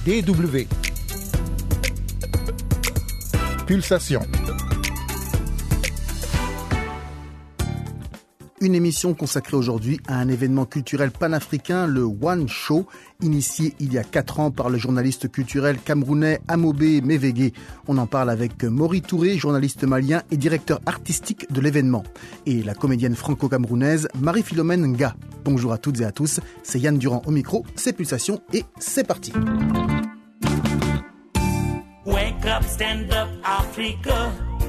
DW. Pulsation. Une émission consacrée aujourd'hui à un événement culturel panafricain, le One Show, initié il y a 4 ans par le journaliste culturel camerounais Amobé Mévégué. On en parle avec Maury Touré, journaliste malien et directeur artistique de l'événement. Et la comédienne franco-camerounaise Marie-Philomène Nga. Bonjour à toutes et à tous, c'est Yann Durand au micro, c'est Pulsation et c'est parti. Wake up, stand up, Africa.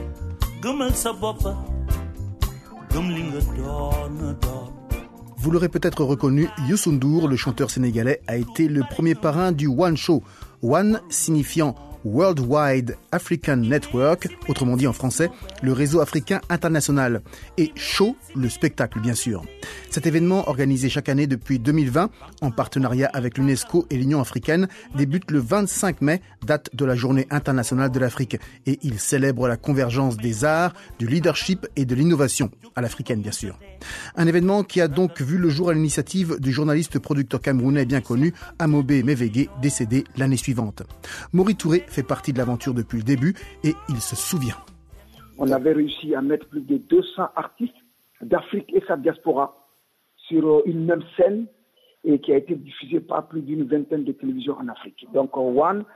Vous l'aurez peut-être reconnu, Youssou N'Dour, le chanteur sénégalais, a été le premier parrain du One Show. One signifiant Worldwide African Network, autrement dit en français, le réseau africain international. Et Show, le spectacle bien sûr. Cet événement, organisé chaque année depuis 2020, en partenariat avec l'UNESCO et l'Union africaine, débute le 25 mai, date de la Journée internationale de l'Afrique. Et il célèbre la convergence des arts, du leadership et de l'innovation, à l'africaine bien sûr. Un événement qui a donc vu le jour à l'initiative du journaliste producteur camerounais bien connu, Amobé Mévégué, décédé l'année suivante. Maury Touré fait partie de l'aventure depuis le début et il se souvient. On avait réussi à mettre plus de 200 artistes d'Afrique et sa diaspora sur une même scène et qui a été diffusée par plus d'une vingtaine de télévisions en Afrique. Donc One,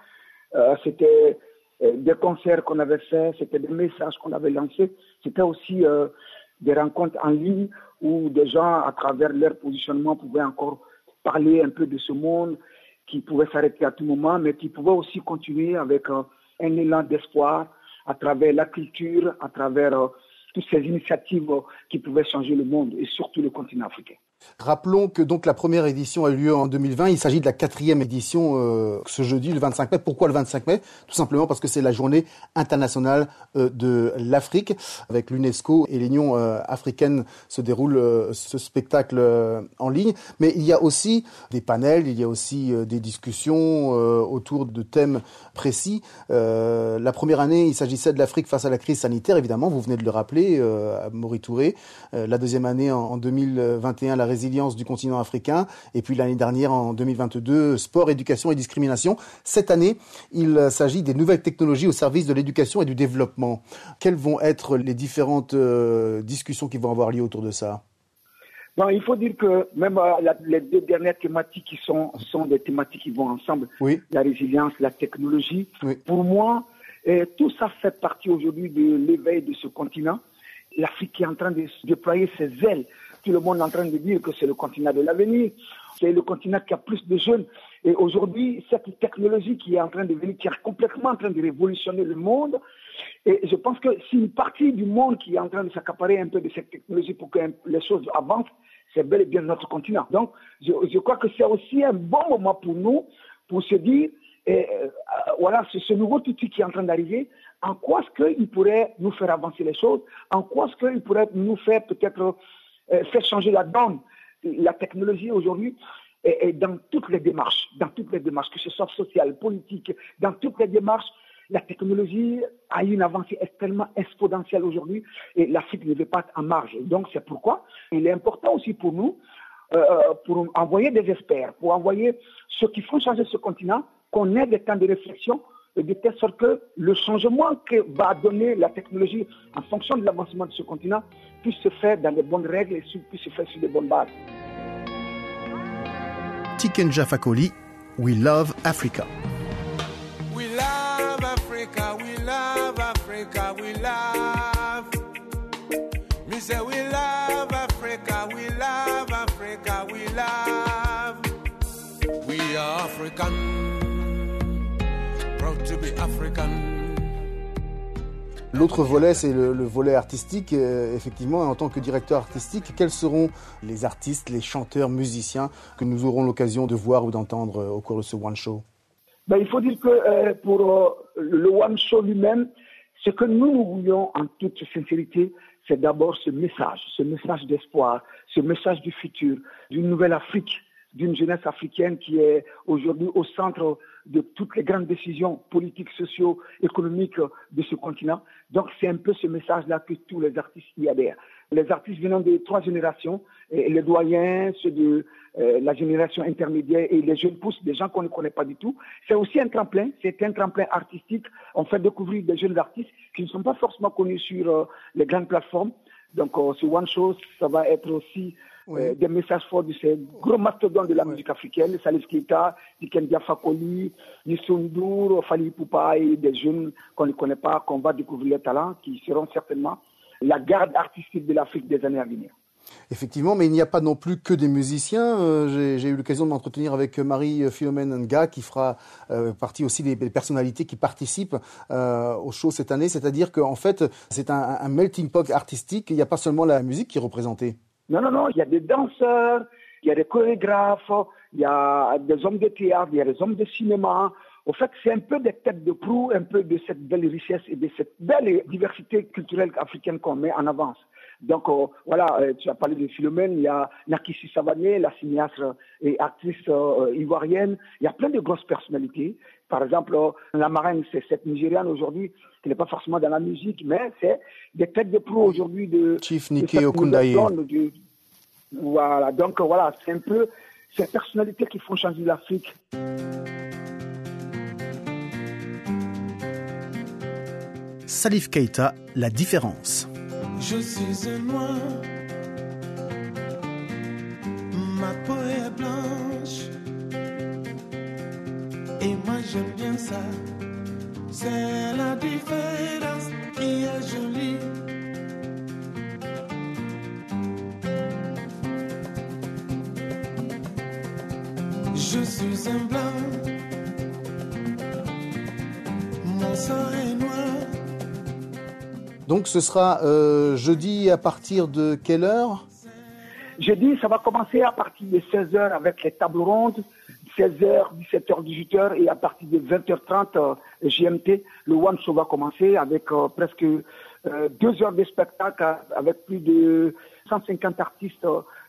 c'était des concerts qu'on avait faits, c'était des messages qu'on avait lancés, c'était aussi des rencontres en ligne où des gens, à travers leur positionnement, pouvaient encore parler un peu de ce monde, qui pouvaient s'arrêter à tout moment, mais qui pouvaient aussi continuer avec un élan d'espoir à travers la culture, à travers toutes ces initiatives qui pouvaient changer le monde et surtout le continent africain. Rappelons que donc la première édition a eu lieu en 2020. Il s'agit de la 4e édition ce jeudi, le 25 mai. Pourquoi le 25 mai ? Tout simplement parce que c'est la journée internationale de l'Afrique. Avec l'UNESCO et l'Union africaine se déroule ce spectacle en ligne. Mais il y a aussi des panels, il y a aussi des discussions autour de thèmes précis. La première année, il s'agissait de l'Afrique face à la crise sanitaire, évidemment. Vous venez de le rappeler, à Maury Touré. La deuxième année, en 2021, la résilience du continent africain, et puis l'année dernière, en 2022, sport, éducation et discrimination. Cette année, il s'agit des nouvelles technologies au service de l'éducation et du développement. Quelles vont être les différentes discussions qui vont avoir lieu autour de ça ? Bon, il faut dire que même les 2 dernières thématiques qui sont des thématiques qui vont ensemble, oui. La résilience, la technologie. Oui. Pour moi, tout ça fait partie aujourd'hui de l'éveil de ce continent. L'Afrique est en train de se déployer ses ailes. Tout le monde est en train de dire que c'est le continent de l'avenir. C'est le continent qui a plus de jeunes. Et aujourd'hui, cette technologie qui est en train de venir, qui est complètement en train de révolutionner le monde. Et je pense que si une partie du monde qui est en train de s'accaparer un peu de cette technologie pour que les choses avancent, c'est bel et bien notre continent. Donc, je crois que c'est aussi un bon moment pour nous, pour se dire, voilà, c'est ce nouveau outil qui est en train d'arriver. En quoi est-ce qu'il pourrait nous faire avancer les choses? En quoi est-ce qu'il pourrait nous faire peut-être faire changer la donne? La technologie aujourd'hui est dans toutes les démarches, que ce soit sociales, politiques, dans toutes les démarches, la technologie a une avancée extrêmement exponentielle aujourd'hui et l'Afrique ne veut pas être en marge. Donc c'est pourquoi il est important aussi pour nous, pour envoyer des experts, pour envoyer ceux qui font changer ce continent, qu'on ait des temps de réflexion, de telle sorte que le changement que va donner la technologie en fonction de l'avancement de ce continent puisse se faire dans les bonnes règles et puisse se faire sur de bonnes bases. Tikenja Fakoli, We Love Africa. We love Africa, we love Africa, we love. Me say we love Africa, we love Africa, we love. We are African, proud to be African. L'autre volet, c'est le volet artistique. Effectivement, en tant que directeur artistique, quels seront les artistes, les chanteurs, musiciens que nous aurons l'occasion de voir ou d'entendre au cours de ce One Show ? Il faut dire que pour le One Show lui-même, ce que nous voulions en toute sincérité, c'est d'abord ce message d'espoir, ce message du futur, d'une nouvelle Afrique d'une jeunesse africaine qui est aujourd'hui au centre de toutes les grandes décisions politiques, sociaux, économiques de ce continent. Donc c'est un peu ce message-là que tous les artistes y adhèrent. Les artistes venant des 3 générations, les doyens, ceux de la génération intermédiaire et les jeunes pousses, des gens qu'on ne connaît pas du tout. C'est aussi un tremplin, c'est un tremplin artistique. On fait découvrir des jeunes artistes qui ne sont pas forcément connus sur les grandes plateformes. Donc ce One Show, ça va être aussi des messages forts de ces gros mastodontes de la musique africaine, Salif Keita, Tiken Fakoli, Youssou N'Dour, Fally Ipupa et des jeunes qu'on ne connaît pas, qu'on va découvrir les talents, qui seront certainement la garde artistique de l'Afrique des années à venir. Effectivement, mais il n'y a pas non plus que des musiciens. J'ai eu l'occasion de m'entretenir avec Marie-Philomène Nga, qui fera partie aussi des personnalités qui participent au show cette année. C'est-à-dire qu'en fait, c'est un melting pot artistique. Il n'y a pas seulement la musique qui est représentée. Non, il y a des danseurs, il y a des chorégraphes, il y a des hommes de théâtre, il y a des hommes de cinéma. Au fait, c'est un peu des têtes de proue, un peu de cette belle richesse et de cette belle diversité culturelle africaine qu'on met en avance. Donc voilà, tu as parlé de Philomène, il y a Nakissi Savané, la cinéaste et actrice ivoirienne. Il y a plein de grosses personnalités. Par exemple, la marraine, c'est cette Nigériane aujourd'hui, qui n'est pas forcément dans la musique, mais c'est des têtes de proue aujourd'hui de Chief Nike Okundaye. Voilà, donc voilà, c'est un peu ces personnalités qui font changer l'Afrique. Salif Keita, La Différence. Je suis un noir, ma peau est blanche, et moi j'aime bien ça. C'est la différence qui est jolie. Je suis un blanc, mon sang est noir. Donc ce sera jeudi à partir de quelle heure ? Jeudi, ça va commencer à partir de 16h avec les tables rondes, 16h, 17h, 18h, et à partir de 20h30 GMT, le One Show va commencer avec presque 2 heures de spectacle avec plus de 150 artistes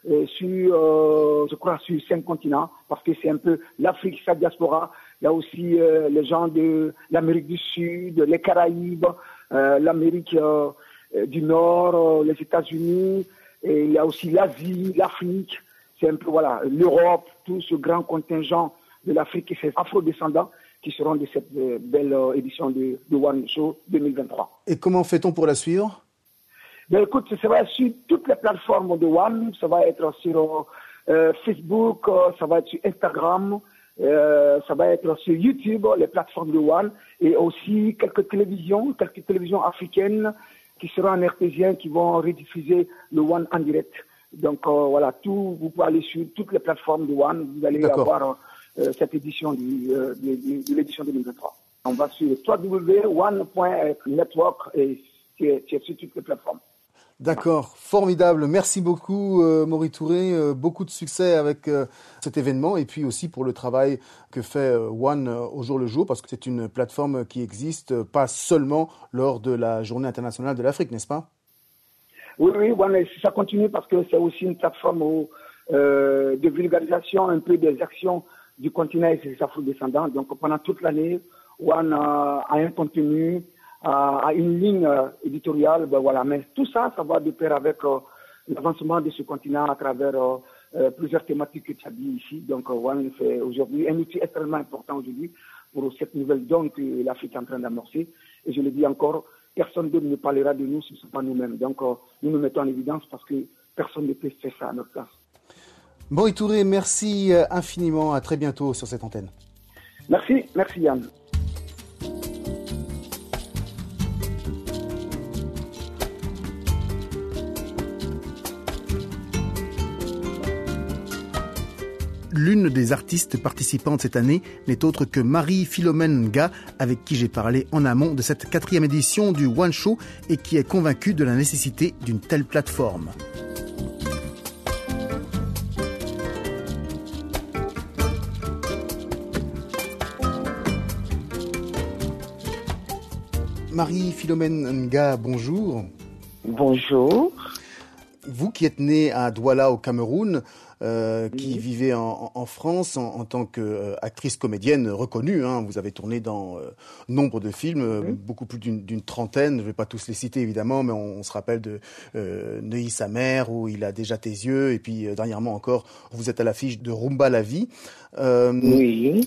je crois, sur 5 continents, parce que c'est un peu l'Afrique, sa diaspora. Il y a aussi les gens de l'Amérique du Sud, les Caraïbes, l'Amérique du Nord, les États-Unis, et il y a aussi l'Asie, l'Afrique, c'est un peu voilà, l'Europe, tout ce grand contingent de l'Afrique et ses afro-descendants qui seront de cette belle édition de One Show 2023. Et comment fait-on pour la suivre ? Ben écoute, ça va être sur toutes les plateformes de One, ça va être sur Facebook, ça va être sur Instagram, ça va être sur YouTube, les plateformes de One, et aussi quelques télévisions africaines qui seront en artésien, qui vont rediffuser le One en direct. Donc voilà, vous pouvez aller sur toutes les plateformes de One, vous allez avoir cette édition de l'édition 2023. On va sur www.one.network et c'est sur toutes les plateformes. D'accord, formidable. Merci beaucoup Maury Touré. Beaucoup de succès avec cet événement et puis aussi pour le travail que fait One au jour le jour, parce que c'est une plateforme qui existe pas seulement lors de la Journée internationale de l'Afrique, n'est-ce pas ? Oui, One, ça continue parce que c'est aussi une plateforme de vulgarisation un peu des actions du continent et ses afro-descendants. Donc pendant toute l'année, One a un contenu, à une ligne éditoriale, ben voilà. Mais tout ça, ça va de pair avec l'avancement de ce continent à travers plusieurs thématiques que tu as dit ici. Donc, One fait aujourd'hui un outil extrêmement important aujourd'hui pour cette nouvelle donne que l'Afrique est en train d'amorcer. Et je le dis encore, personne d'autre ne parlera de nous si ce n'est pas nous-mêmes. Donc, nous nous mettons en évidence parce que personne ne peut faire ça à notre place. Maury Touré, merci infiniment. À très bientôt sur cette antenne. Merci Yann. L'une des artistes participantes cette année n'est autre que Marie-Philomène Nga, avec qui j'ai parlé en amont de cette 4e édition du One Show et qui est convaincue de la nécessité d'une telle plateforme. Marie-Philomène Nga, bonjour. Bonjour. Vous qui êtes née à Douala au Cameroun, qui vivait en France en tant qu'actrice comédienne reconnue. Vous avez tourné dans nombre de films, beaucoup plus d'une trentaine. Je ne vais pas tous les citer évidemment, mais on se rappelle de Neuilly sa mère, où il a déjà tes yeux, et puis dernièrement encore, vous êtes à l'affiche de Rumba la vie. Oui.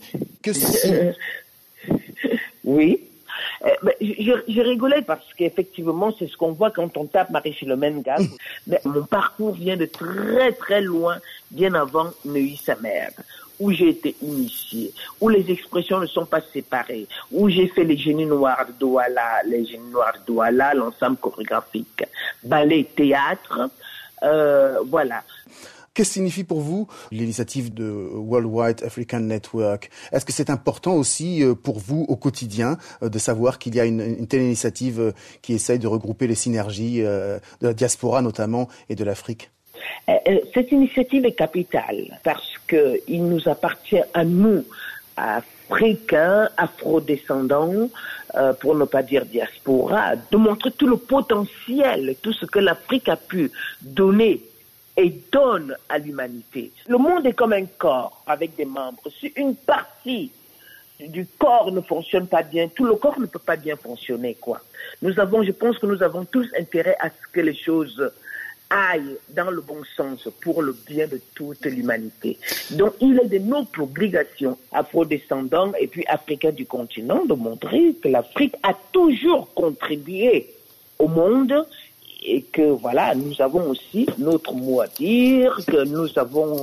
Oui. Je rigolais parce qu'effectivement, c'est ce qu'on voit quand on tape Marie-Philomène Ga. Mais mon parcours vient de très très loin, bien avant Neuilly sa mère, où j'ai été initiée, où les expressions ne sont pas séparées, où j'ai fait les génies noirs de Douala, l'ensemble chorégraphique, ballet, théâtre, voilà. Qu'est-ce que signifie pour vous l'initiative de Worldwide African Network? Est-ce que c'est important aussi pour vous au quotidien de savoir qu'il y a une telle initiative qui essaye de regrouper les synergies de la diaspora notamment et de l'Afrique? Cette initiative est capitale parce qu'il nous appartient à nous, Africains, afro-descendants, pour ne pas dire diaspora, de montrer tout le potentiel, tout ce que l'Afrique a pu donner et donne à l'humanité. Le monde est comme un corps avec des membres. Si une partie du corps ne fonctionne pas bien, tout le corps ne peut pas bien fonctionner, quoi. Je pense que nous avons tous intérêt à ce que les choses aillent dans le bon sens pour le bien de toute l'humanité. Donc, il est de notre obligation, afro-descendants et puis africains du continent, de montrer que l'Afrique a toujours contribué au monde et que voilà, nous avons aussi notre mot à dire, que nous avons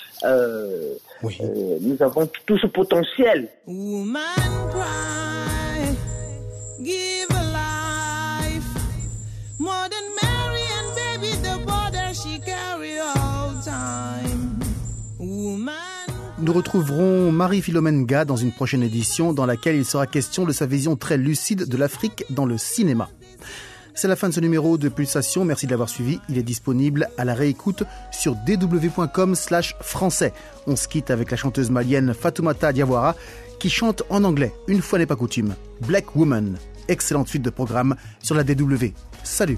tout ce potentiel. Woman cry, give a life, more than Mary and baby, the border she carry all time. Woman. Nous retrouverons Marie-Philomène Ga dans une prochaine édition dans laquelle il sera question de sa vision très lucide de l'Afrique dans le cinéma. C'est la fin de ce numéro de Pulsation. Merci de l'avoir suivi. Il est disponible à la réécoute sur dw.com/français. On se quitte avec la chanteuse malienne Fatoumata Diawara qui chante en anglais, une fois n'est pas coutume, Black Woman. Excellente suite de programme sur la DW. Salut.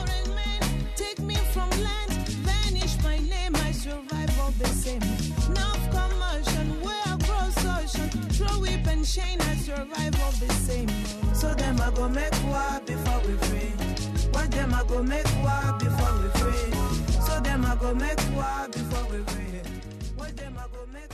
Go make war before we free. So them I go make war before we free. What them I go make